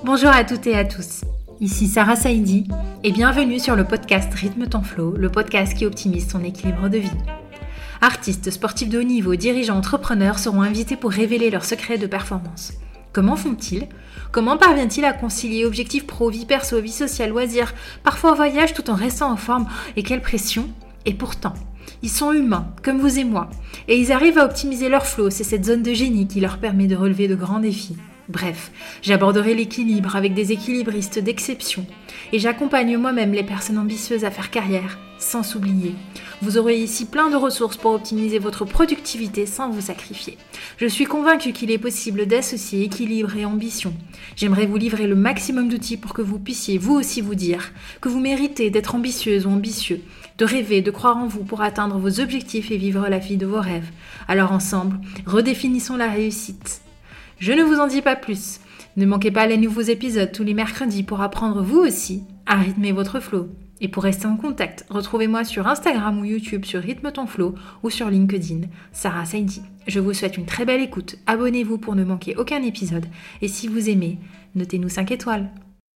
Bonjour à toutes et à tous, ici Sarah Saïdi et bienvenue sur le podcast Rythme ton flow, le podcast qui optimise ton équilibre de vie. Artistes, sportifs de haut niveau, dirigeants, entrepreneurs seront invités pour révéler leurs secrets de performance. Comment font-ils ? Comment parviennent-ils à concilier objectifs pro, vie perso, vie sociale, loisirs, parfois voyage tout en restant en forme ? Et quelle pression ? Et pourtant, ils sont humains, comme vous et moi, et ils arrivent à optimiser leur flow, c'est cette zone de génie qui leur permet de relever de grands défis. Bref, j'aborderai l'équilibre avec des équilibristes d'exception et j'accompagne moi-même les personnes ambitieuses à faire carrière sans s'oublier. Vous aurez ici plein de ressources pour optimiser votre productivité sans vous sacrifier. Je suis convaincue qu'il est possible d'associer équilibre et ambition. J'aimerais vous livrer le maximum d'outils pour que vous puissiez vous aussi vous dire que vous méritez d'être ambitieuse ou ambitieux, de rêver, de croire en vous pour atteindre vos objectifs et vivre la vie de vos rêves. Alors ensemble, redéfinissons la réussite. Je ne vous en dis pas plus. Ne manquez pas les nouveaux épisodes tous les mercredis pour apprendre vous aussi à rythmer votre flow. Et pour rester en contact, retrouvez-moi sur Instagram ou YouTube sur Rythme ton flow ou sur LinkedIn, Sarah Saïdi. Je vous souhaite une très belle écoute. Abonnez-vous pour ne manquer aucun épisode. Et si vous aimez, notez-nous 5 étoiles.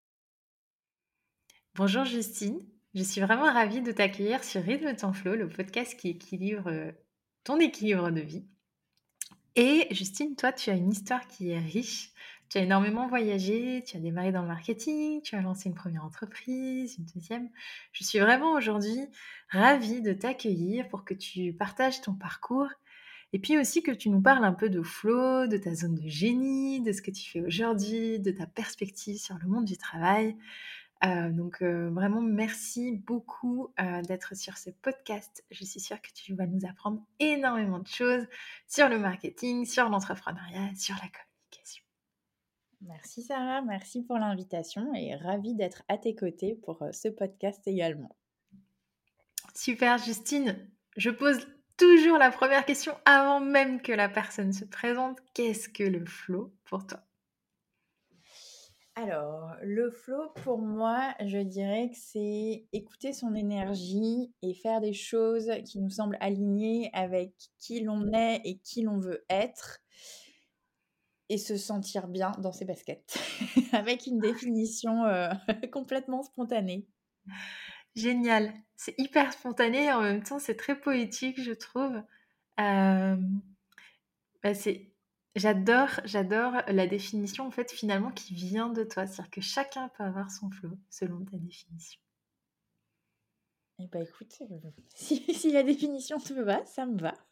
Bonjour Justine, je suis vraiment ravie de t'accueillir sur Rythme ton flow, le podcast qui équilibre ton équilibre de vie. Et Justine, toi, tu as une histoire qui est riche. Tu as énormément voyagé, tu as démarré dans le marketing, tu as lancé une première entreprise, une deuxième. Je suis vraiment aujourd'hui ravie de t'accueillir pour que tu partages ton parcours et puis aussi que tu nous parles un peu de flow, de ta zone de génie, de ce que tu fais aujourd'hui, de ta perspective sur le monde du travail. Donc vraiment merci beaucoup d'être sur ce podcast. Je suis sûre que tu vas nous apprendre énormément de choses sur le marketing, sur l'entrepreneuriat, sur la communication. Merci Sarah, merci pour l'invitation et ravie d'être à tes côtés pour ce podcast également. Super Justine, je pose toujours la première question avant même que la personne se présente. Qu'est-ce que le flow pour toi ? Alors, le flow pour moi, je dirais que c'est écouter son énergie et faire des choses qui nous semblent alignées avec qui l'on est et qui l'on veut être et se sentir bien dans ses baskets avec une définition complètement spontanée. Génial, c'est hyper spontané et en même temps c'est très poétique je trouve. Euh, Bah, j'adore la définition en fait finalement qui vient de toi. C'est-à-dire que chacun peut avoir son flow selon ta définition. Et bah écoute, si la définition te va, ça me va.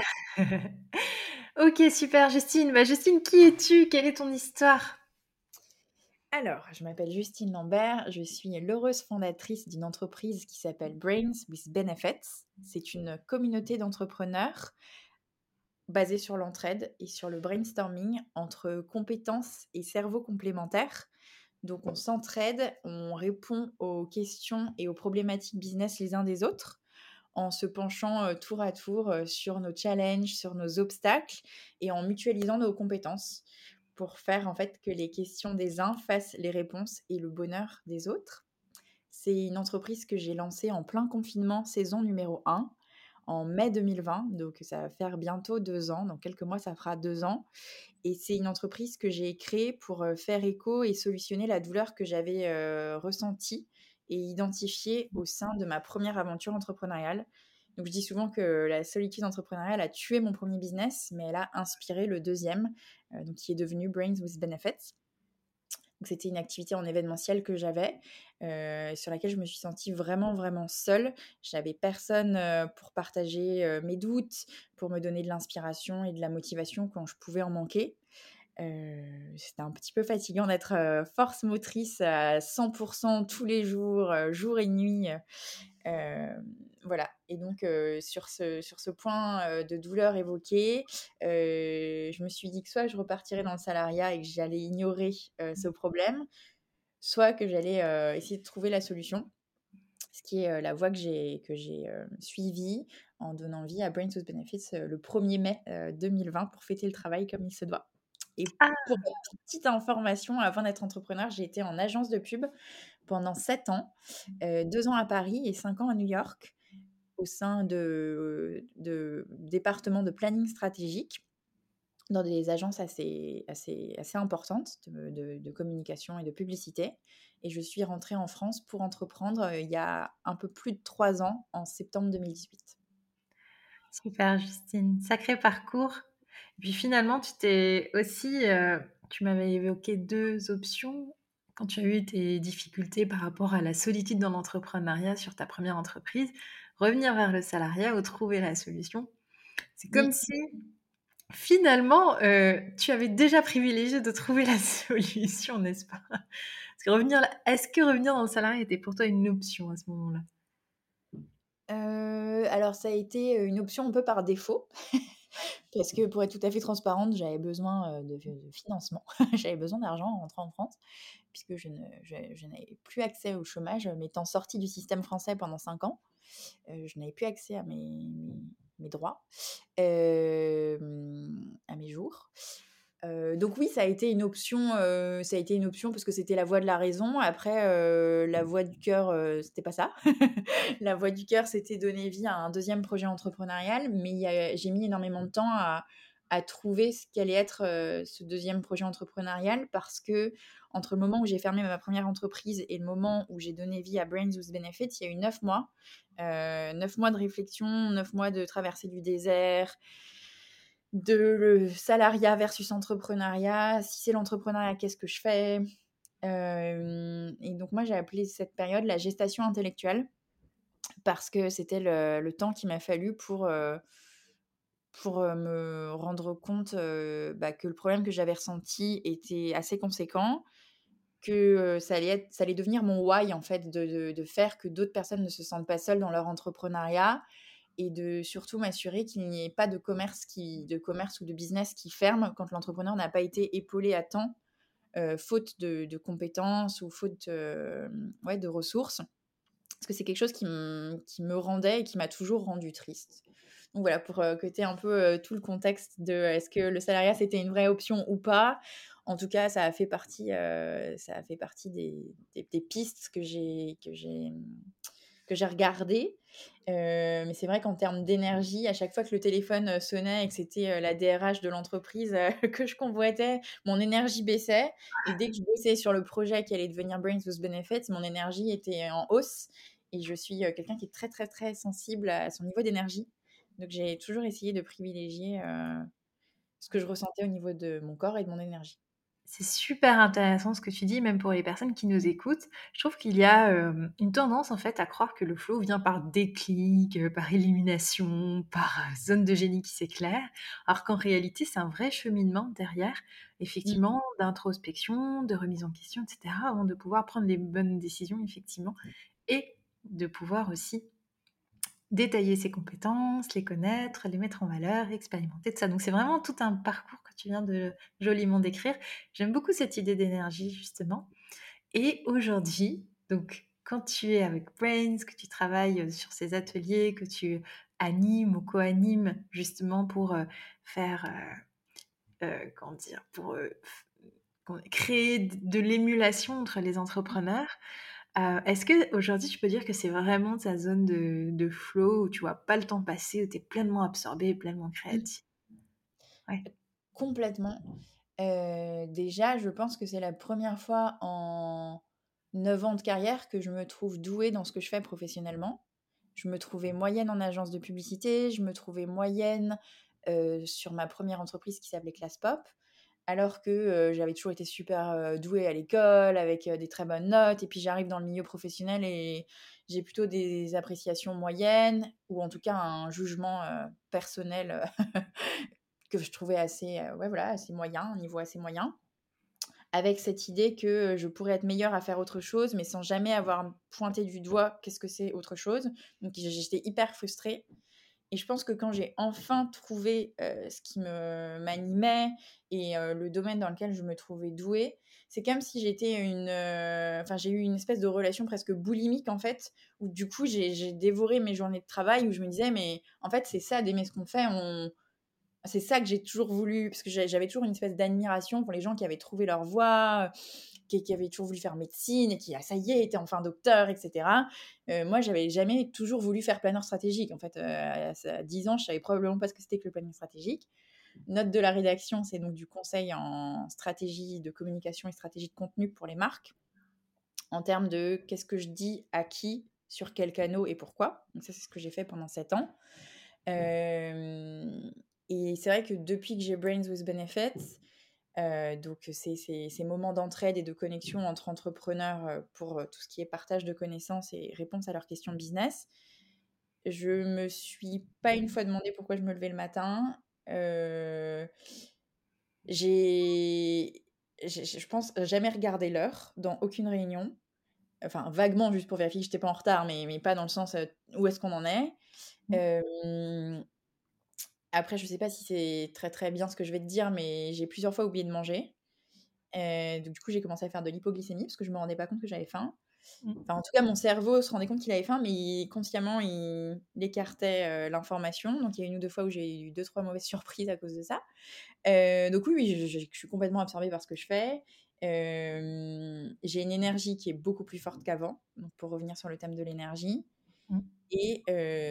Ok, super Justine. Bah, Justine, qui es-tu ? Quelle est ton histoire ? Alors, je m'appelle Justine Lambert, je suis l'heureuse fondatrice d'une entreprise qui s'appelle Brains with Benefits. C'est une communauté d'entrepreneurs basée sur l'entraide et sur le brainstorming entre compétences et cerveaux complémentaires. Donc, on s'entraide, on répond aux questions et aux problématiques business les uns des autres en se penchant tour à tour sur nos challenges, sur nos obstacles et en mutualisant nos compétences pour faire en fait que les questions des uns fassent les réponses et le bonheur des autres. C'est une entreprise que j'ai lancée en plein confinement, saison numéro 1, en mai 2020, donc ça va faire bientôt 2 ans, dans quelques mois ça fera 2 ans. Et c'est une entreprise que j'ai créée pour faire écho et solutionner la douleur que j'avais ressentie et identifiée au sein de ma première aventure entrepreneuriale. Donc je dis souvent que la solitude entrepreneuriale a tué mon premier business, mais elle a inspiré le deuxième, donc qui est devenu Brains with Benefits. Donc c'était une activité en événementiel que j'avais, sur laquelle je me suis sentie vraiment, vraiment seule. J'avais personne pour partager mes doutes, pour me donner de l'inspiration et de la motivation quand je pouvais en manquer. C'était un petit peu fatigant d'être force motrice à 100% tous les jours, jour et nuit. Voilà. Et donc, sur ce point de douleur évoqué, je me suis dit que soit je repartirais dans le salariat et que j'allais ignorer ce problème, soit que j'allais essayer de trouver la solution, ce qui est la voie que j'ai suivie en donnant vie à Brains with Benefits le 1er mai 2020 pour fêter le travail comme il se doit. Et Ah, pour la petite information, avant d'être entrepreneur, j'ai été en agence de pub pendant 7 ans, 2 ans à Paris et 5 ans à New York, au sein de département de planning stratégique. dans des agences assez importantes de communication et de publicité. Et je suis rentrée en France pour entreprendre il y a un peu plus de 3 ans, en septembre 2018. Super Justine, sacré parcours. Et puis finalement, tu t'es aussi, tu m'avais évoqué 2 options quand tu as eu tes difficultés par rapport à la solitude dans l'entrepreneuriat sur ta première entreprise, revenir vers le salariat ou trouver la solution. C'est comme Oui. si finalement, tu avais déjà privilégié de trouver la solution, n'est-ce pas? Est-ce que revenir dans le salariat était pour toi une option à ce moment-là? Alors ça a été, une option un peu par défaut parce que pour être tout à fait transparente, j'avais besoin, de financement. J'avais besoin d'argent en rentrant en France puisque je n'avais plus accès au chômage, m'étant sortie du système français pendant 5 ans. Je n'avais plus accès à mes droits, à mes jours. Donc oui, ça a été une option parce que c'était la voie de la raison. Après, la voie du cœur, c'était pas ça. La voie du cœur, c'était donner vie à un deuxième projet entrepreneurial, mais j'ai mis énormément de temps à trouver ce qu'allait être, ce deuxième projet entrepreneurial parce que entre le moment où j'ai fermé ma première entreprise et le moment où j'ai donné vie à Brains with Benefits, il y a eu 9 mois. 9 mois de réflexion, 9 mois de traversée du désert, de le salariat versus entrepreneuriat. Si c'est l'entrepreneuriat, qu'est-ce que je fais? Et donc moi, j'ai appelé cette période la gestation intellectuelle parce que c'était le temps qu'il m'a fallu pour me rendre compte que le problème que j'avais ressenti était assez conséquent, que ça allait devenir mon why en fait de faire que d'autres personnes ne se sentent pas seules dans leur entrepreneuriat et de surtout m'assurer qu'il n'y ait pas de commerce ou de business qui ferme quand l'entrepreneur n'a pas été épaulé à temps, faute de compétences ou faute ouais, de ressources. Parce que c'est quelque chose qui me rendait et qui m'a toujours rendue triste. Donc voilà, pour que tu aies un peu tout le contexte de est-ce que le salariat c'était une vraie option ou pas. En tout cas, ça a fait partie des pistes que j'ai regardé. Mais c'est vrai qu'en termes d'énergie, à chaque fois que le téléphone, sonnait et que c'était, la DRH de l'entreprise, que je convoitais, mon énergie baissait et dès que je bossais sur le projet qui allait devenir Brains with Benefits, mon énergie était en hausse et je suis, quelqu'un qui est très, très, très sensible à son niveau d'énergie. Donc j'ai toujours essayé de privilégier, ce que je ressentais au niveau de mon corps et de mon énergie. C'est super intéressant ce que tu dis, même pour les personnes qui nous écoutent. Je trouve qu'il y a, une tendance en fait à croire que le flow vient par déclic, par élimination, par, zone de génie qui s'éclaire, alors qu'en réalité, c'est un vrai cheminement derrière, Mmh. effectivement, d'introspection, de remise en question et cetera, avant de pouvoir prendre les bonnes décisions effectivement et de pouvoir aussi détailler ses compétences, les connaître, les mettre en valeur, expérimenter de ça. Donc c'est vraiment tout un parcours que tu viens de joliment décrire. J'aime beaucoup cette idée d'énergie justement. Et aujourd'hui, donc quand tu es avec Brains, que tu travailles sur ces ateliers, que tu animes ou co-animes justement pour faire, comment dire, pour créer de l'émulation entre les entrepreneurs. Est-ce qu'aujourd'hui, tu peux dire que c'est vraiment ta zone de flow où tu vois pas le temps passer, où tu es pleinement absorbée, pleinement Mmh. créative? Ouais. Complètement. Déjà, je pense que c'est la première fois en 9 ans de carrière que je me trouve douée dans ce que je fais professionnellement. Je me trouvais moyenne en agence de publicité, je me trouvais moyenne, sur ma première entreprise qui s'appelait Class Pop, alors que, j'avais toujours été super, douée à l'école avec, des très bonnes notes et puis j'arrive dans le milieu professionnel et j'ai plutôt des appréciations moyennes ou en tout cas un jugement, personnel, que je trouvais assez, ouais, voilà, assez moyen, un niveau assez moyen. Avec cette idée que, je pourrais être meilleure à faire autre chose, mais sans jamais avoir pointé du doigt qu'est-ce que c'est autre chose. Donc j'étais hyper frustrée et je pense que quand j'ai enfin trouvé, ce qui m'animait et le domaine dans lequel je me trouvais douée, c'est comme si j'étais enfin j'ai eu une espèce de relation presque boulimique en fait, où du coup j'ai dévoré mes journées de travail où je me disais: «Mais en fait c'est ça d'aimer ce qu'on fait, c'est ça que j'ai toujours voulu, parce que j'avais toujours une espèce d'admiration pour les gens qui avaient trouvé leur voie, qui avaient toujours voulu faire médecine et qui, ah, ça y est, étaient enfin docteur, et cetera. Moi, j'avais jamais toujours voulu faire planeur stratégique. En fait, à 10 ans, je savais probablement pas ce que c'était que le planning stratégique. Note de la rédaction, c'est donc du conseil en stratégie de communication et stratégie de contenu pour les marques, en termes de qu'est-ce que je dis à qui, sur quels canaux et pourquoi. Donc ça, c'est ce que j'ai fait pendant 7 ans. Et c'est vrai que depuis que j'ai Brains with Benefits, donc ces moments d'entraide et de connexion entre entrepreneurs pour tout ce qui est partage de connaissances et réponse à leurs questions business, je me suis pas une fois demandé pourquoi je me levais le matin. J'ai, je pense, jamais regardé l'heure dans aucune réunion. Enfin, vaguement, juste pour vérifier que j'étais pas en retard, mais pas dans le sens où est-ce qu'on en est. Mmh. Euh, Après, je sais pas si c'est très très bien ce que je vais te dire, mais j'ai plusieurs fois oublié de manger. Donc, du coup, j'ai commencé à faire de l'hypoglycémie parce que je me rendais pas compte que j'avais faim. Mmh. Enfin, en tout cas, mon cerveau se rendait compte qu'il avait faim, mais consciemment, il écartait l'information. Donc, il y a une ou deux fois où j'ai eu deux, trois mauvaises surprises à cause de ça. Donc, oui, oui, je suis complètement absorbée par ce que je fais. J'ai une énergie qui est beaucoup plus forte qu'avant, donc pour revenir sur le thème de l'énergie. Mmh. Et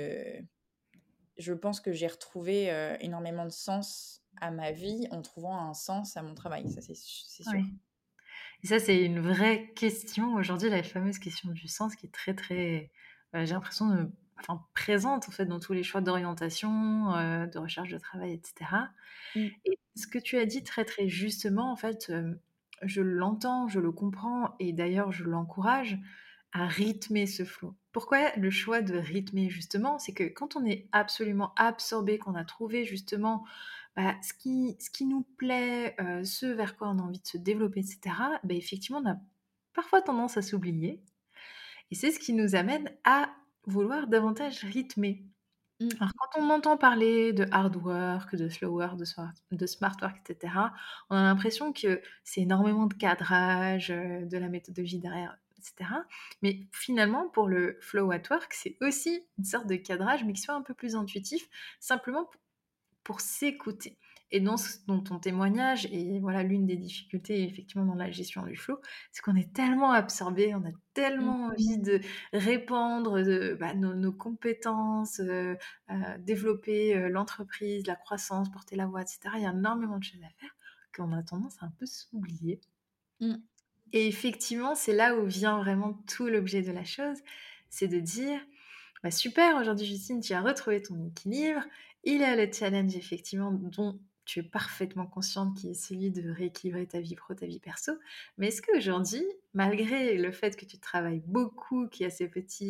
je pense que j'ai retrouvé énormément de sens à ma vie en trouvant un sens à mon travail, ça c'est sûr. Ouais. Et ça, c'est une vraie question aujourd'hui, la fameuse question du sens qui est très, très, j'ai l'impression enfin, présente en fait dans tous les choix d'orientation, de recherche de travail, et cetera. Mm, Et ce que tu as dit très, très justement, en fait, je l'entends, je le comprends et d'ailleurs je l'encourage à rythmer ce flow. Pourquoi le choix de rythmer justement? C'est que quand on est absolument absorbé, qu'on a trouvé justement, bah, ce qui nous plaît, ce vers quoi on a envie de se développer et cetera, bah, effectivement on a parfois tendance à s'oublier et c'est ce qui nous amène à vouloir davantage rythmer. mm, Alors quand on entend parler de hard work, de slow work, de smart work, et cetera, on a l'impression que c'est énormément de cadrage, de la méthodologie derrière, et cetera. Mais finalement, pour le flow at work, c'est aussi une sorte de cadrage, mais qui soit un peu plus intuitif, simplement pour s'écouter. Et dans ton témoignage, et voilà l'une des difficultés effectivement dans la gestion du flow, c'est qu'on est tellement absorbé, on a mm, tellement envie de répandre nos compétences, développer l'entreprise, la croissance, porter la voix, etc. Il y a énormément de choses à faire qu'on a tendance à un peu s'oublier. mm. Et effectivement, c'est là où vient vraiment tout l'objet de la chose, c'est de dire bah super, aujourd'hui Justine, tu as retrouvé ton équilibre. Il y a le challenge effectivement dont tu es parfaitement consciente qui est celui de rééquilibrer ta vie pro, ta vie perso. Mais est-ce qu'aujourd'hui, malgré le fait que tu travailles beaucoup, qu'il y a ces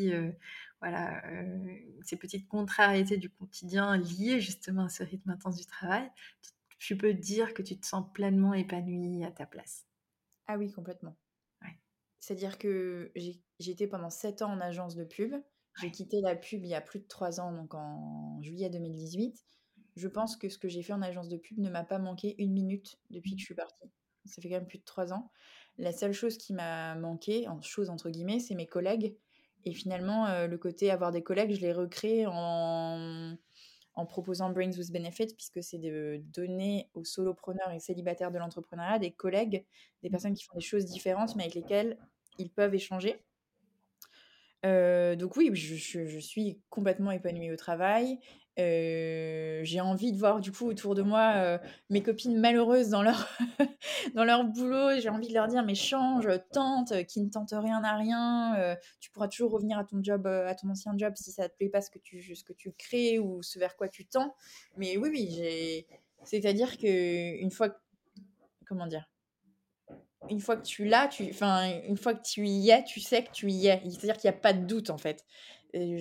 ces petites contrariétés du quotidien liées justement à ce rythme intense du travail, tu peux dire que tu te sens pleinement épanouie à ta place? Ah oui, complètement. Ouais, C'est-à-dire que j'étais pendant 7 ans en agence de pub. J'ai ouais. quitté la pub il y a plus de 3 ans, donc en juillet 2018. Je pense que ce que j'ai fait en agence de pub ne m'a pas manqué une minute depuis que je suis partie. Ça fait quand même plus de 3 ans. La seule chose qui m'a manqué, en chose entre guillemets, c'est mes collègues. Et finalement, le côté avoir des collègues, je l'ai recréé en proposant Brains with Benefits, puisque c'est de donner aux solopreneurs et célibataires de l'entrepreneuriat des collègues, des personnes qui font des choses différentes, mais avec lesquelles ils peuvent échanger. Donc oui, je suis complètement épanouie au travail. J'ai envie de voir du coup autour de moi, mes copines malheureuses dans leur dans leur boulot. J'ai envie de leur dire: «Mais change, tente, qui ne tente rien à rien, tu pourras toujours revenir à ton job, à ton ancien job si ça te plaît pas ce que tu crées ou ce vers quoi tu tends». Mais oui, oui, c'est-à-dire qu'une fois comment dire? Une fois que tu l'as, une fois que tu y es, tu sais que tu y es. C'est-à-dire qu'il y a pas de doute, en fait. Et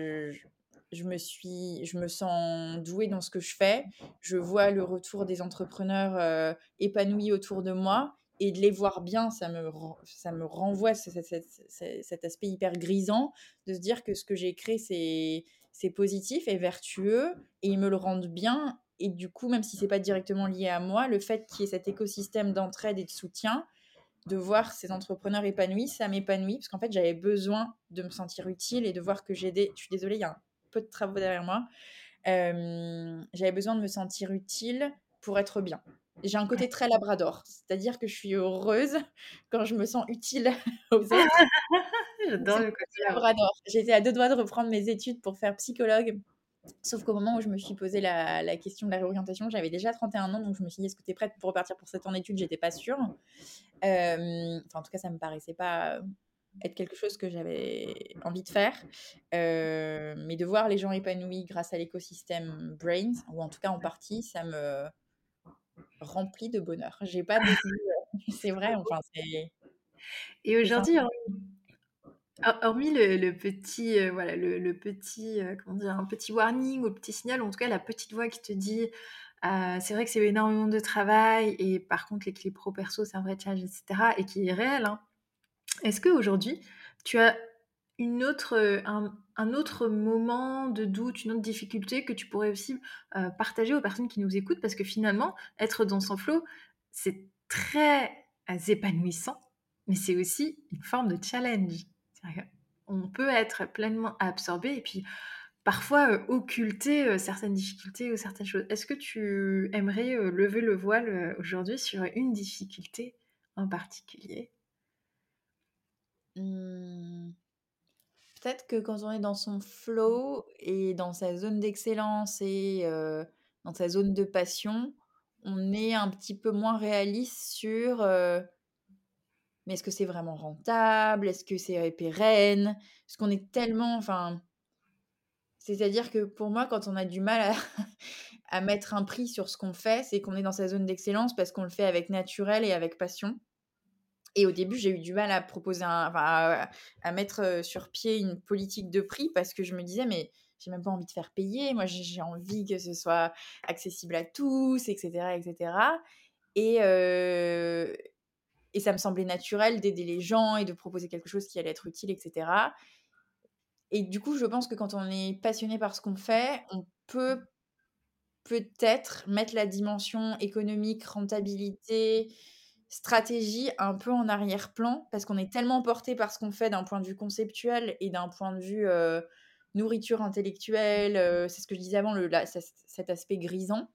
je me sens douée dans ce que je fais. Je vois le retour des entrepreneurs, épanouis autour de moi et de les voir bien, ça me renvoie cet aspect hyper grisant de se dire que ce que j'ai créé, c'est positif et vertueux et ils me le rendent bien et du coup, même si c'est pas directement lié à moi, le fait qu'il y ait cet écosystème d'entraide et de soutien, de voir ces entrepreneurs épanouis, ça m'épanouit parce qu'en fait, j'avais besoin de me sentir utile et de voir que j'aidais. Je suis désolée, il y a un peu de travaux derrière moi. J'avais besoin de me sentir utile pour être bien. J'ai un côté très labrador, c'est-à-dire que je suis heureuse quand je me sens utile aux autres. J'adore C'est mon le côté côté là. labrador. J'étais à deux doigts de reprendre mes études pour faire psychologue Sauf qu'au moment où je me suis posé la question de la réorientation, j'avais déjà 31 ans, donc je me suis dit: «Est-ce que tu es prête pour repartir pour 7 ans d'études?» J'étais pas sûre. Enfin, en tout cas, ça me paraissait pas être quelque chose que j'avais envie de faire. Mais de voir les gens épanouis grâce à l'écosystème Brains, ou en tout cas en partie, ça me remplit de bonheur. J'ai pas d'autres mots, c'est vrai, enfin, Et c'est ça. aujourd'hui, hormis le petit, voilà, le petit, comment dire? Un petit warning ou le petit signal, ou en tout cas la petite voix qui te dit: «C'est vrai que c'est énormément de travail et par contre l'équilibre pro perso, c'est un vrai challenge» et cetera, et qui est réel, hein. Est-ce qu'aujourd'hui, tu as une autre, un autre moment de doute, une autre difficulté que tu pourrais aussi, partager aux personnes qui nous écoutent? Parce que finalement, être dans son flow, c'est très, épanouissant, mais c'est aussi une forme de challenge. C'est-à-dire qu'on peut être pleinement absorbé et puis parfois, occulter, certaines difficultés ou certaines choses. Est-ce que tu aimerais, lever le voile, aujourd'hui sur une difficulté en particulier? Mmh, peut-être que quand on est dans son flow et dans sa zone d'excellence et dans sa zone de passion, on est un petit peu moins réaliste sur, mais est-ce que c'est vraiment rentable? Est-ce que c'est pérenne? Parce qu'on est tellement, enfin, c'est-à-dire que pour moi, quand on a du mal à à mettre un prix sur ce qu'on fait, c'est qu'on est dans sa zone d'excellence parce qu'on le fait avec naturel et avec passion. Et au début, j'ai eu du mal à proposer enfin, à mettre, sur pied une politique de prix parce que je me disais: «Mais j'ai même pas envie de faire payer. Moi, j'ai envie que ce soit accessible à tous, et cetera, et cetera». Et heu et ça me semblait naturel d'aider les gens et de proposer quelque chose qui allait être utile, et cetera. Et du coup, je pense que quand on est passionné par ce qu'on fait, on peut peut-être mettre la dimension économique, rentabilité, stratégie un peu en arrière-plan parce qu'on est tellement porté par ce qu'on fait d'un point de vue conceptuel et d'un point de vue, nourriture intellectuelle, c'est ce que je disais avant, cet aspect grisant,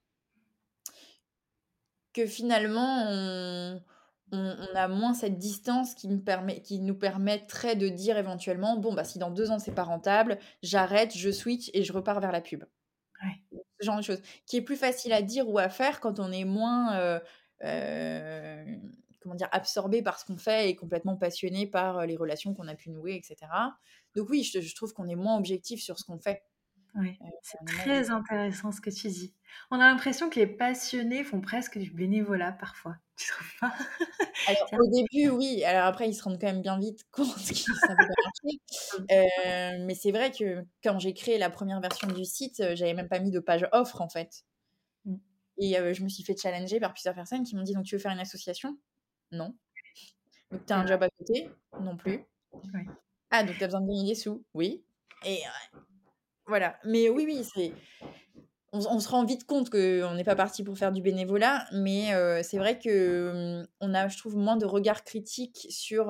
que finalement on a moins cette distance qui nous permettrait de dire éventuellement: «Bon, bah, si dans 2 ans c'est pas rentable, j'arrête, je switch et je repars vers la pub». Ouais. Ce genre de choses, qui est plus facile à dire ou à faire quand on est moins, heu, comment dire? Absorbé par ce qu'on fait et complètement passionné par, les relations qu'on a pu nouer, et cetera. Donc oui, je trouve qu'on est moins objectif sur ce qu'on fait. Ouais, Heu, c'est on est moins très objectif. intéressant ce que tu dis. On a l'impression que les passionnés font presque du bénévolat parfois. Tu trouves pas? Alors Tiens, au début, oui, alors après ils se rendent quand même bien vite compte que ça peut pas marcher. Mais c'est vrai que quand j'ai créé la première version du site, j'avais même pas mis de page offre en fait. mmh, Et je me suis fait challenger par plusieurs personnes qui m'ont dit: «Donc tu veux faire une association?» «Non». «Donc tu as c'est un vrai, job à côté?» «Non plus». ouais. «Ah, donc tu as besoin de gagner des sous?» «Oui». Et voilà. Mais oui, oui, on se rend vite compte qu'on n'est pas parti pour faire du bénévolat, mais c'est vrai que, on a, je trouve, moins de regard critique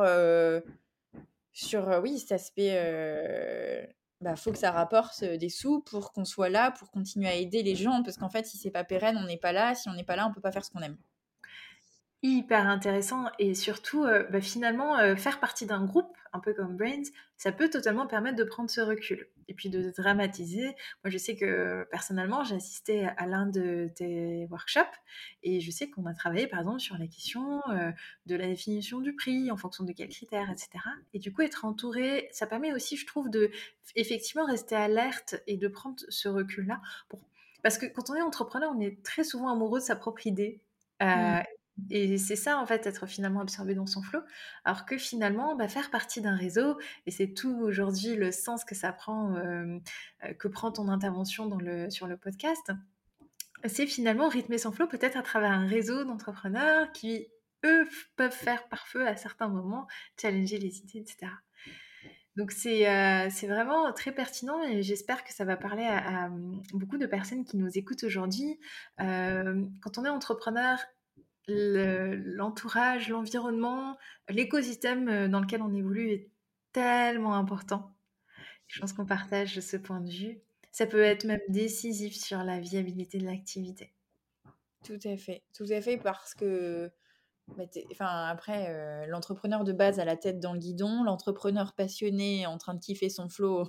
sur, oui, cet aspect, bah, faut que ça rapporte, des sous pour qu'on soit là, pour continuer à aider les gens, parce qu'en fait, si c'est pas pérenne, on n'est pas là. Si on n'est pas là, on peut pas faire ce qu'on aime. Hyper intéressant et surtout, bah, finalement, faire partie d'un groupe, un peu comme Brains, ça peut totalement permettre de prendre ce recul et puis de dramatiser. Moi, je sais que personnellement, j'ai assisté à l'un de tes workshops et je sais qu'on a travaillé, par exemple, sur la question, de la définition du prix, en fonction de quels critères et cetera, et du coup, être entouré, ça permet aussi, je trouve, de effectivement rester alerte et de prendre ce recul-là pour parce que quand on est entrepreneur, on est très souvent amoureux de sa propre idée, Mmh. heu et c'est ça, en fait, être finalement absorbé dans son flow. Alors que finalement, bah, faire partie d'un réseau, et c'est tout aujourd'hui le sens que ça prend, que prend ton intervention sur le podcast, c'est finalement rythmer son flow peut-être à travers un réseau d'entrepreneurs qui, eux, peuvent faire par feu à certains moments, challenger les idées, etc. Donc c'est vraiment très pertinent et j'espère que ça va parler beaucoup de personnes qui nous écoutent aujourd'hui. Quand on est entrepreneur, l'entourage, l'environnement, l'écosystème, dans lequel on évolue est tellement important. Je pense qu'on partage ce point de vue. Ça peut être même décisif sur la viabilité de l'activité. Tout à fait, parce que, bah, enfin, après, l'entrepreneur de base a la tête dans le guidon, l'entrepreneur passionné en train de kiffer son flow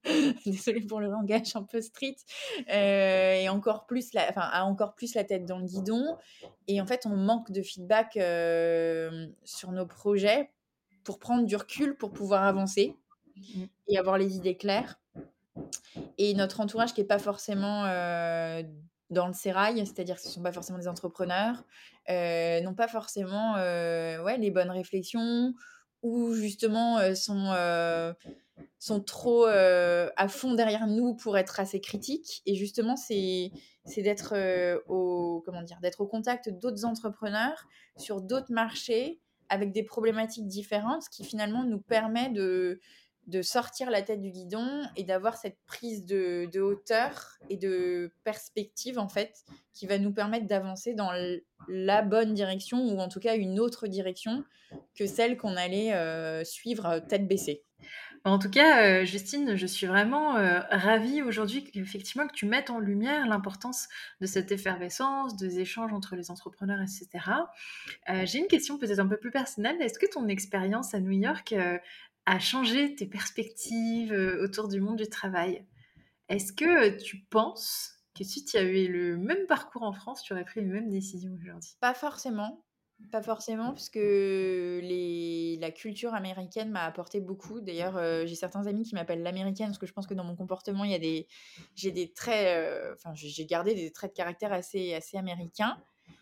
Désolée pour le langage un peu street, et encore plus a encore plus la tête dans le guidon et en fait, on manque de feedback, sur nos projets pour prendre du recul, pour pouvoir avancer Mmh. et avoir les idées claires et notre entourage qui est pas forcément, dans le sérail, c'est-à-dire que ce sont pas forcément des entrepreneurs, n'ont pas forcément, ouais, les bonnes réflexions ou justement, sont trop, à fond derrière nous pour être assez critiques et justement c'est d'être, au comment dire? D'être au contact d'autres entrepreneurs sur d'autres marchés avec des problématiques différentes, ce qui finalement nous permet de sortir la tête du guidon et d'avoir cette prise de hauteur et de perspective en fait, qui va nous permettre d'avancer dans la bonne direction ou en tout cas une autre direction que celle qu'on allait, suivre, tête baissée. En tout cas, Justine, je suis vraiment, ravie aujourd'hui qu'effectivement que tu mettes en lumière l'importance de cette effervescence, des échanges entre les entrepreneurs et cetera. J'ai une question peut-être un peu plus personnelle. Est-ce que ton expérience à New York, a changé tes perspectives, autour du monde du travail? Est-ce que, tu penses que si tu avais le même parcours en France, tu aurais pris les mêmes décisions aujourd'hui? Pas forcément, pas forcément parce que la culture américaine m'a apporté beaucoup. D'ailleurs, j'ai certains amis qui m'appellent l'américaine parce que je pense que dans mon comportement, il y a des j'ai des traits, enfin j'ai gardé des traits de caractère assez américains.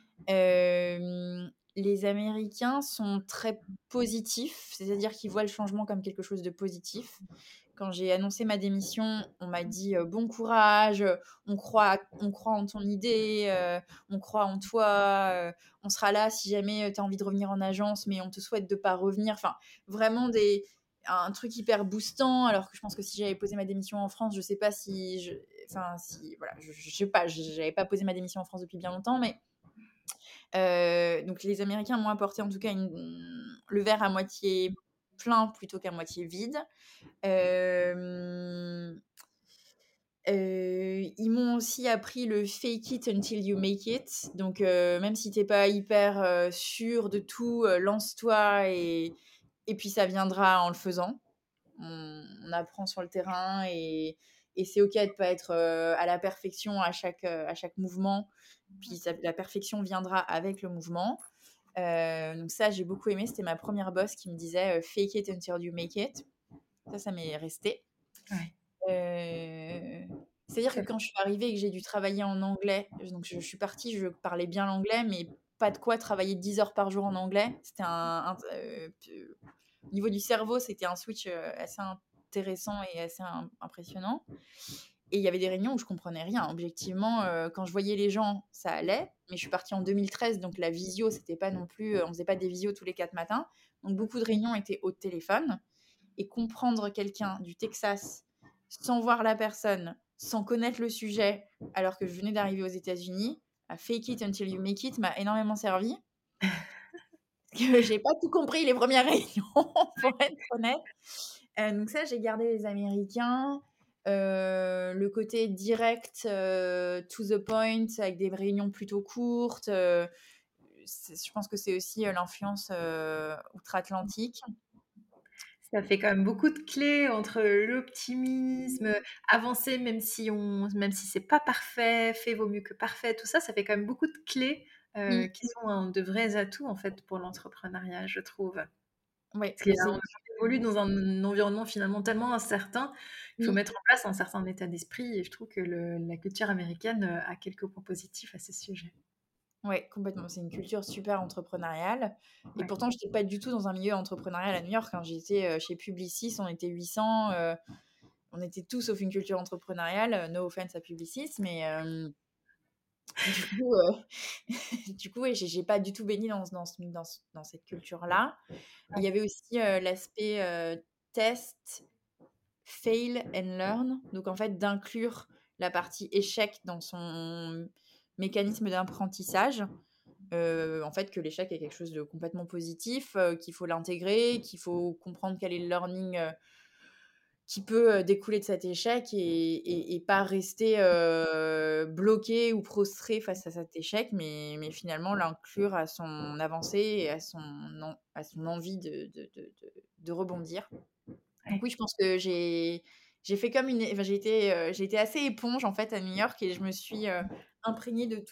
Les Américains sont très positifs, c'est-à-dire qu'ils voient le changement comme quelque chose de positif. Quand j'ai annoncé ma démission, on m'a dit, «Bon courage, on croit en ton idée, on croit en toi, on sera là si jamais, tu as envie de revenir en agence, mais on te souhaite de pas revenir». Enfin, vraiment un truc hyper boostant, alors que je pense que si j'avais posé ma démission en France, je sais pas si je enfin si voilà, je sais pas, j'avais pas posé ma démission en France depuis bien longtemps, mais donc les Américains m'ont apporté en tout cas le verre à moitié plein plutôt qu'à moitié vide. Hem, ils m'ont aussi appris le fake it until you make it. Donc même si tu pas hyper, sûr de tout, lance-toi et puis ça viendra en le faisant. On apprend sur le terrain et c'est OK de pas être, à la perfection à chaque mouvement. Puis la perfection viendra avec le mouvement. Donc ça, j'ai beaucoup aimé. C'était ma première boss qui me disait, «Fake it until you make it». Ça m'est resté. Ouais, Heu, c'est-à-dire que ça quand je suis arrivée et que j'ai dû travailler en anglais, donc je suis partie, je parlais bien l'anglais, mais pas de quoi travailler 10 heures par jour en anglais. C'était au niveau du cerveau, c'était un switch, assez intéressant et assez impressionnant et il y avait des réunions où je comprenais rien. Objectivement, quand je voyais les gens, ça allait, mais je suis partie en 2013, donc la visio, c'était pas non plus, on faisait pas des visios tous les 4 matins. Donc beaucoup de réunions étaient au téléphone et comprendre quelqu'un du Texas sans voir la personne, sans connaître le sujet, alors que je venais d'arriver aux États-Unis, à fake it until you make it m'a énormément servi. Parce que j'ai pas tout compris les premières réunions, pour être honnête. Donc ça, j'ai gardé les Américains. Le côté direct, to the point, avec des réunions plutôt courtes. Je pense que c'est aussi l'influence outre-Atlantique. ça fait quand même beaucoup de clés entre l'optimisme, avancer même si c'est pas parfait, fait vaut mieux que parfait, tout ça, ça fait quand même beaucoup de clés, Mm. qui sont de vrais atouts, en fait, pour l'entrepreneuriat, je trouve. Ouais, Parce c'est qu'on évolue dans un environnement finalement tellement incertain, il faut mm. mettre en place un certain état d'esprit et je trouve que la culture américaine, a quelques points positifs à ce sujet. Ouais, complètement. C'est une culture super entrepreneuriale et Ouais. pourtant, j'étais pas du tout dans un milieu entrepreneurial à New York, hein. J'étais, chez Publicis, on était 800, on était tous sauf une culture entrepreneuriale, no offense à Publicis, mais du coup, du coup, ouais, j'ai pas du tout baigné dans cette culture-là. Il y Ouais. avait aussi, l'aspect, test, fail and learn, donc en fait, d'inclure la partie échec dans son mécanisme d'apprentissage. En fait, que l'échec est quelque chose de complètement positif, qu'il faut l'intégrer, qu'il faut comprendre quel est le learning, qui peut, découler de cet échec et pas rester, bloqué ou prostré face à cet échec, mais finalement l'inclure à son avancée et à son envie de rebondir. Donc Ouais. oui, je pense que j'ai fait comme j'ai été assez éponge, en fait, à New York et je me suis, imprégnée de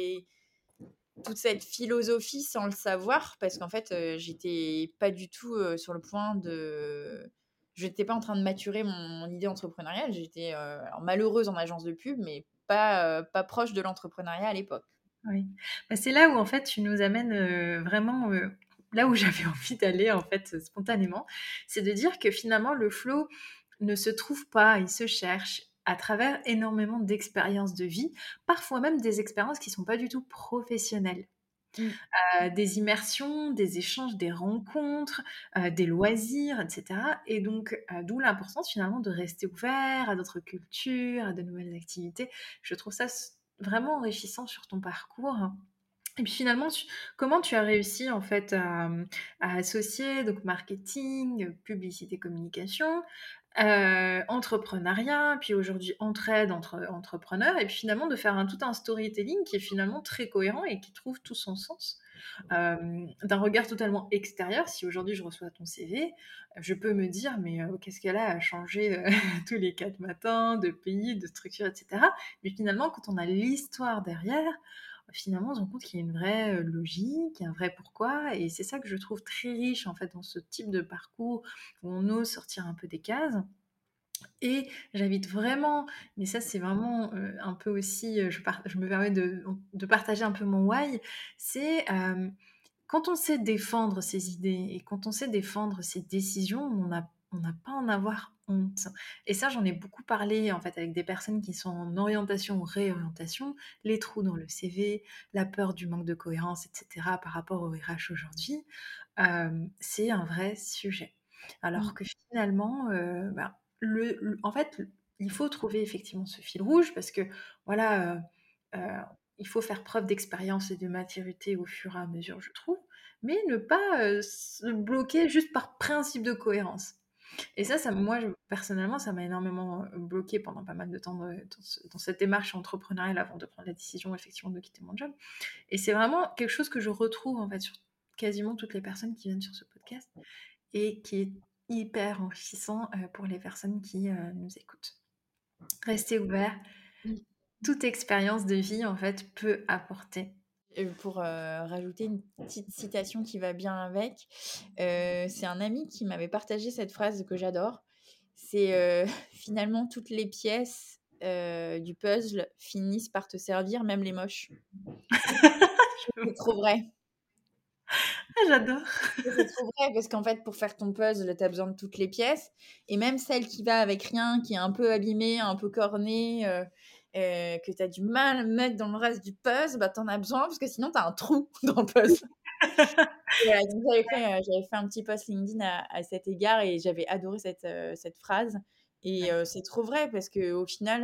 toute cette philosophie sans le savoir parce qu'en fait, j'étais pas du tout, sur le point de j'étais pas en train de maturer mon idée entrepreneuriale. J'étais, alors malheureuse en agence de pub, mais pas proche de l'entrepreneuriat à l'époque. Oui. Bah, c'est là où en fait tu nous amènes vraiment là où j'avais envie d'aller en fait spontanément, c'est de dire que finalement le flow ne se trouve pas, il se cherche à travers énormément d'expériences de vie, parfois même des expériences qui sont pas du tout professionnelles. Mmh. Des immersions, des échanges, des rencontres, des loisirs, et cetera et donc d'où l'importance finalement de rester ouvert à d'autres cultures, à de nouvelles activités. Je trouve ça vraiment enrichissant sur ton parcours et puis finalement, comment tu as réussi en fait à associer donc marketing, publicité, communication, entrepreneuriat, puis aujourd'hui entraide entre entrepreneurs, et puis finalement de faire tout un storytelling qui est finalement très cohérent et qui trouve tout son sens. D'un regard totalement extérieur, si aujourd'hui je reçois ton CV, je peux me dire mais qu'est-ce qu'elle a à changer tous les 4 matins, de pays, de structure, etc. Mais finalement, quand on a l'histoire derrière, finalement, on se rend compte qu'il y a une vraie logique, un vrai pourquoi, et c'est ça que je trouve très riche en fait dans ce type de parcours où on ose sortir un peu des cases. Et j'invite vraiment, mais ça c'est vraiment un peu aussi, je me permets de partager un peu mon why, c'est quand on sait défendre ses idées et quand on sait défendre ses décisions, on n'a pas à en avoir honte. Et ça, j'en ai beaucoup parlé en fait avec des personnes qui sont en orientation ou réorientation, les trous dans le CV, la peur du manque de cohérence, etc. par rapport au RH aujourd'hui. C'est un vrai sujet. Mmh. Alors que finalement, en fait, il faut trouver effectivement ce fil rouge parce que voilà, il faut faire preuve d'expérience et de maturité au fur et à mesure, je trouve, mais ne pas se bloquer juste par principe de cohérence. Et ça moi, personnellement, ça m'a énormément bloqué pendant pas mal de temps dans cette démarche entrepreneuriale avant de prendre la décision effectivement de quitter mon job. Et c'est vraiment quelque chose que je retrouve en fait sur quasiment toutes les personnes qui viennent sur ce podcast et qui est hyper enrichissant pour les personnes qui nous écoutent. Restez ouverts. Mmh. Toute expérience de vie, en fait, peut apporter. Et pour, rajouter une petite citation qui va bien avec, c'est un ami qui m'avait partagé cette phrase que j'adore. C'est, «Finalement toutes les pièces, du puzzle finissent par te servir, même les moches». C'est trop vrai. Ah, j'adore. C'est trop vrai parce qu'en fait, pour faire ton puzzle, tu as besoin de toutes les pièces et même celle qui va avec rien, qui est un peu abîmée, un peu cornée, que tu as du mal à mettre dans le reste du puzzle, bah, tu en as besoin parce que sinon tu as un trou dans le puzzle. Et voilà, donc j'avais fait un petit post LinkedIn à cet égard et j'avais adoré cette phrase et Ouais. c'est trop vrai parce qu'au final,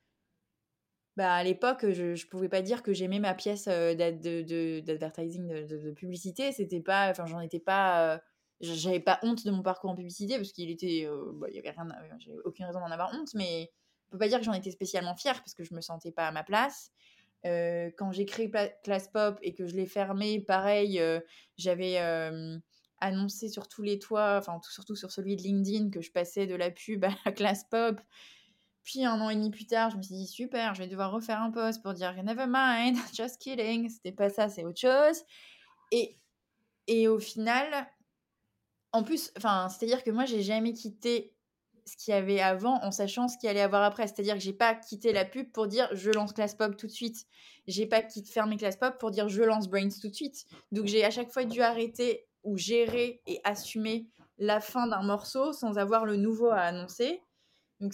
bah, à l'époque, je pouvais pas dire que j'aimais ma pièce, d'advertising, de publicité. C'était pas enfin, j'en étais pas, j'avais pas honte de mon parcours en publicité parce qu'il était, bah, il y avait rien à j'avais aucune raison d'en avoir honte, mais on peut pas dire que j'en étais spécialement fière parce que je me sentais pas à ma place. Quand j'ai créé Class Pop et que je l'ai fermé, pareil, j'avais, annoncé sur tous les toits, enfin, surtout sur celui de LinkedIn que je passais de la pub à la Class Pop. Puis 1 an et demi plus tard, je me suis dit: «Super, je vais devoir refaire un post pour dire: "Never mind, just kidding, c'était pas ça, c'est autre chose"» et au final, en plus, enfin, c'est-à-dire que moi, j'ai jamais quitté ce qu'il y avait avant en sachant ce qu'il allait y avoir après. C'est-à-dire que j'ai pas quitté la pub pour dire: «Je lance Class Pop tout de suite». J'ai pas fermé Class Pop pour dire: «Je lance Brains tout de suite». Donc j'ai à chaque fois dû arrêter ou gérer et assumer la fin d'un morceau sans avoir le nouveau à annoncer. Donc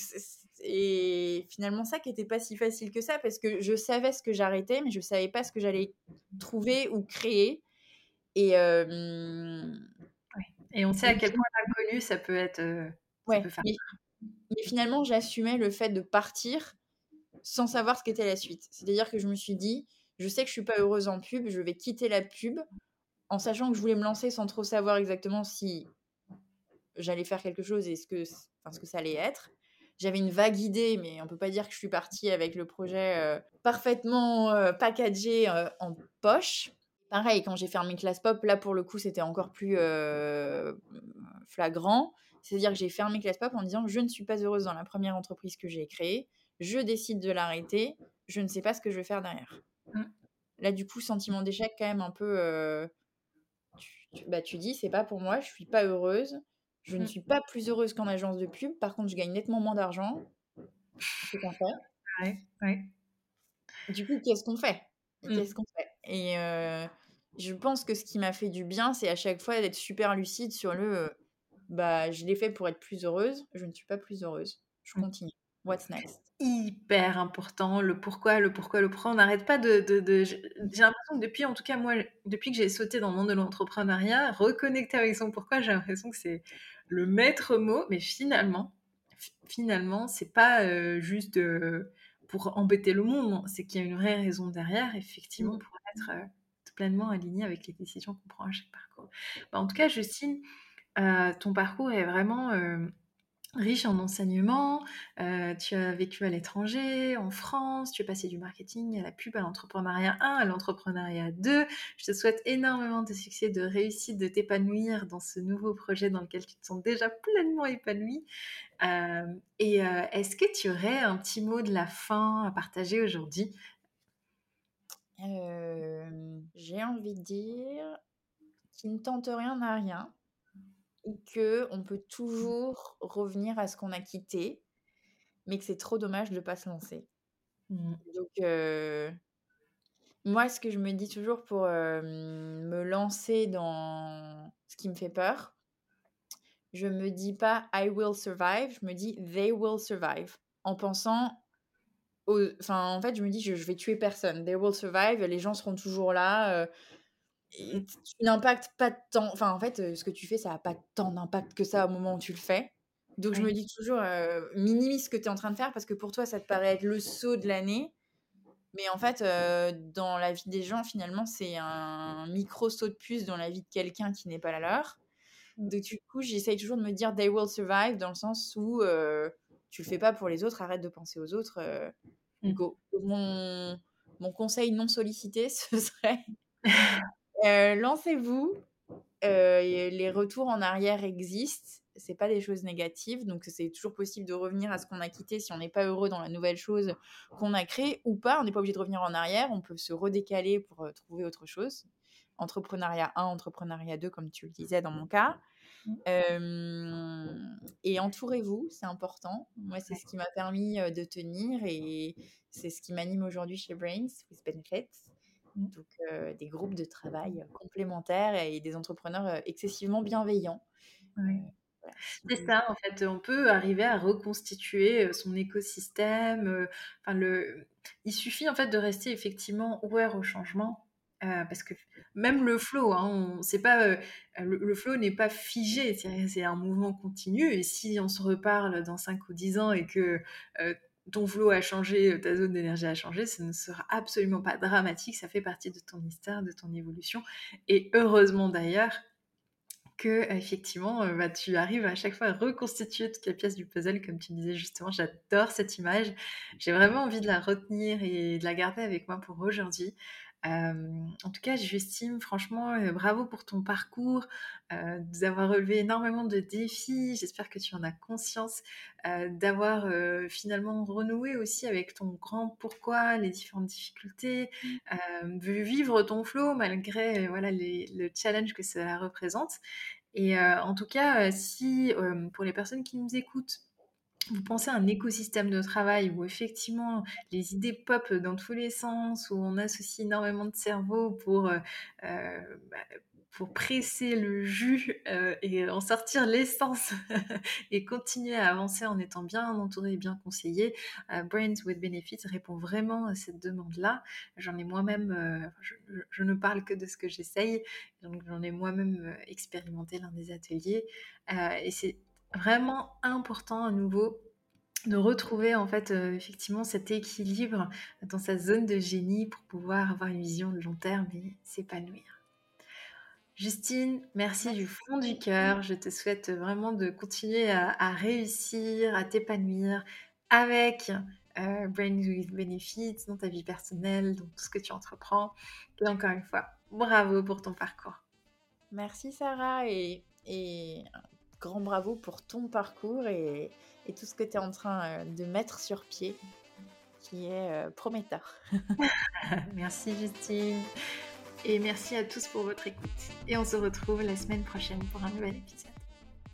et finalement ça qui était pas si facile que ça parce que je savais ce que j'arrêtais, mais je savais pas ce que j'allais trouver ou créer et Ouais. Et on sait à et quel point l'inconnu, ça ouais, peut faire mais finalement j'assumais le fait de partir sans savoir ce qu'était la suite. C'est-à-dire que je me suis dit: «Je sais que je suis pas heureuse en pub, je vais quitter la pub», en sachant que je voulais me lancer sans trop savoir exactement si j'allais faire quelque chose et ce que ça allait être. J'avais une vague idée, mais on peut pas dire que je suis partie avec le projet, parfaitement, packagé, en poche. Pareil, quand j'ai fermé Class Pop, là, pour le coup, c'était encore plus, flagrant. C'est-à-dire que j'ai fermé Class Pop en disant je ne suis pas heureuse dans la première entreprise que j'ai créée, je décide de l'arrêter, je ne sais pas ce que je vais faire derrière. Mmh. Là, du coup, sentiment d'échec quand même un peu. Tu dis c'est pas pour moi, je suis pas heureuse, je ne Mmh. suis pas plus heureuse qu'en agence de pub, par contre, je gagne nettement moins d'argent. C'est qu'on fait. Ouais, ouais. Du coup, qu'est-ce qu'on fait? Mmh. Qu'est-ce qu'on fait? Et je pense que ce qui m'a fait du bien, c'est à chaque fois d'être super lucide sur bah, je l'ai fait pour être plus heureuse, je ne suis pas plus heureuse. Je Mmh. continue. What's next? Hyper important, le pourquoi, le pourquoi, le pourquoi. On n'arrête pas j'ai l'impression que depuis, en tout cas moi, depuis que j'ai sauté dans le monde de l'entrepreneuriat, reconnecter avec son pourquoi, j'ai l'impression que c'est le maître mot, mais finalement, c'est pas juste pour embêter le monde, non. C'est qu'il y a une vraie raison derrière, effectivement, Mmh. pour être pleinement aligné avec les décisions qu'on prend à chaque parcours. Bah, en tout cas, Justine, ton parcours est vraiment riche en enseignements. Tu as vécu à l'étranger, en France, tu es passé du marketing à la pub, à l'entrepreneuriat 1, à l'entrepreneuriat 2. Je te souhaite énormément de succès, de réussite, de t'épanouir dans ce nouveau projet dans lequel tu te sens déjà pleinement épanouie. Est-ce que tu aurais un petit mot de la fin à partager aujourd'hui? J'ai envie de dire: «Qui ne tente rien n'a rien» et qu'on peut toujours revenir à ce qu'on a quitté, mais que c'est trop dommage de ne pas se lancer. Mmh. Donc moi, ce que je me dis toujours pour, me lancer dans ce qui me fait peur, je me dis pas: «I will survive», je me dis: «They will survive», en pensant en fait, je me dis: «Je vais tuer personne. They will survive», les gens seront toujours là, et tu n'impactes pas tant en fait, ce que tu fais, ça a pas tant d'impact que ça au moment où tu le fais. Donc je me Oui. dis toujours, minimise ce que tu es en train de faire parce que pour toi, ça te paraît être le saut de l'année. Mais en fait, dans la vie des gens, finalement, c'est un micro saut de puce dans la vie de quelqu'un qui n'est pas la leur. Mmh. Donc du coup, j'essaye toujours de me dire: «They will survive», dans le sens où, tu le fais pas pour les autres, arrête de penser aux autres, Mmh. go. Mon conseil non sollicité, ce serait, lancez-vous. Et les retours en arrière existent, c'est pas des choses négatives, donc c'est toujours possible de revenir à ce qu'on a quitté si on n'est pas heureux dans la nouvelle chose qu'on a créée ou pas. On n'est pas obligé de revenir en arrière, on peut se redécaler pour trouver autre chose. Entrepreneuriat 1, entrepreneuriat 2, comme tu le disais dans mon cas. Et entourez-vous, c'est important. Moi, c'est ce qui m'a permis de tenir et c'est ce qui m'anime aujourd'hui chez Brains with Benefits. Mmh. Donc, des groupes de travail complémentaires et des entrepreneurs excessivement bienveillants. Ouais. Voilà, si C'est vous... ça, en fait, on peut arriver à reconstituer son écosystème. Il suffit en fait de rester effectivement ouvert au changement, parce que même le flow, hein, c'est pas, le flow n'est pas figé, c'est un mouvement continu. Et si on se reparle dans 5 ou 10 ans et que ton flow a changé, ta zone d'énergie a changé, ça ne sera absolument pas dramatique, ça fait partie de ton histoire, de ton évolution. Et heureusement d'ailleurs, que effectivement, bah, tu arrives à chaque fois à reconstituer toutes les pièces du puzzle, comme tu disais justement. J'adore cette image. J'ai vraiment envie de la retenir et de la garder avec moi pour aujourd'hui. En tout cas, Justine, franchement, bravo pour ton parcours, d'avoir relevé énormément de défis. J'espère que tu en as conscience, d'avoir finalement renoué aussi avec ton grand pourquoi, les différentes difficultés, vivre ton flow malgré voilà, le challenge que cela représente. Et en tout cas, si pour les personnes qui nous écoutent, vous pensez à un écosystème de travail où effectivement les idées pop dans tous les sens, où on associe énormément de cerveau euh, bah, pour presser le jus et en sortir l'essence et continuer à avancer en étant bien entouré et bien conseillé, Brains with Benefits répond vraiment à cette demande-là. J'en ai moi-même, je ne parle que de ce que j'essaye, donc j'en ai moi-même expérimenté l'un des ateliers, et c'est vraiment important à nouveau de retrouver en fait effectivement cet équilibre dans sa zone de génie pour pouvoir avoir une vision de long terme et s'épanouir. Justine, merci du Merci. fond du cœur. Je te souhaite vraiment de continuer à réussir, à t'épanouir avec Brain with Benefits dans ta vie personnelle, dans tout ce que tu entreprends. Et encore une fois, bravo pour ton parcours. Merci Sarah et grand bravo pour ton parcours et tout ce que tu es en train de mettre sur pied, qui est prometteur. Merci Justine. Et merci à tous pour votre écoute. Et on se retrouve la semaine prochaine pour un nouvel épisode.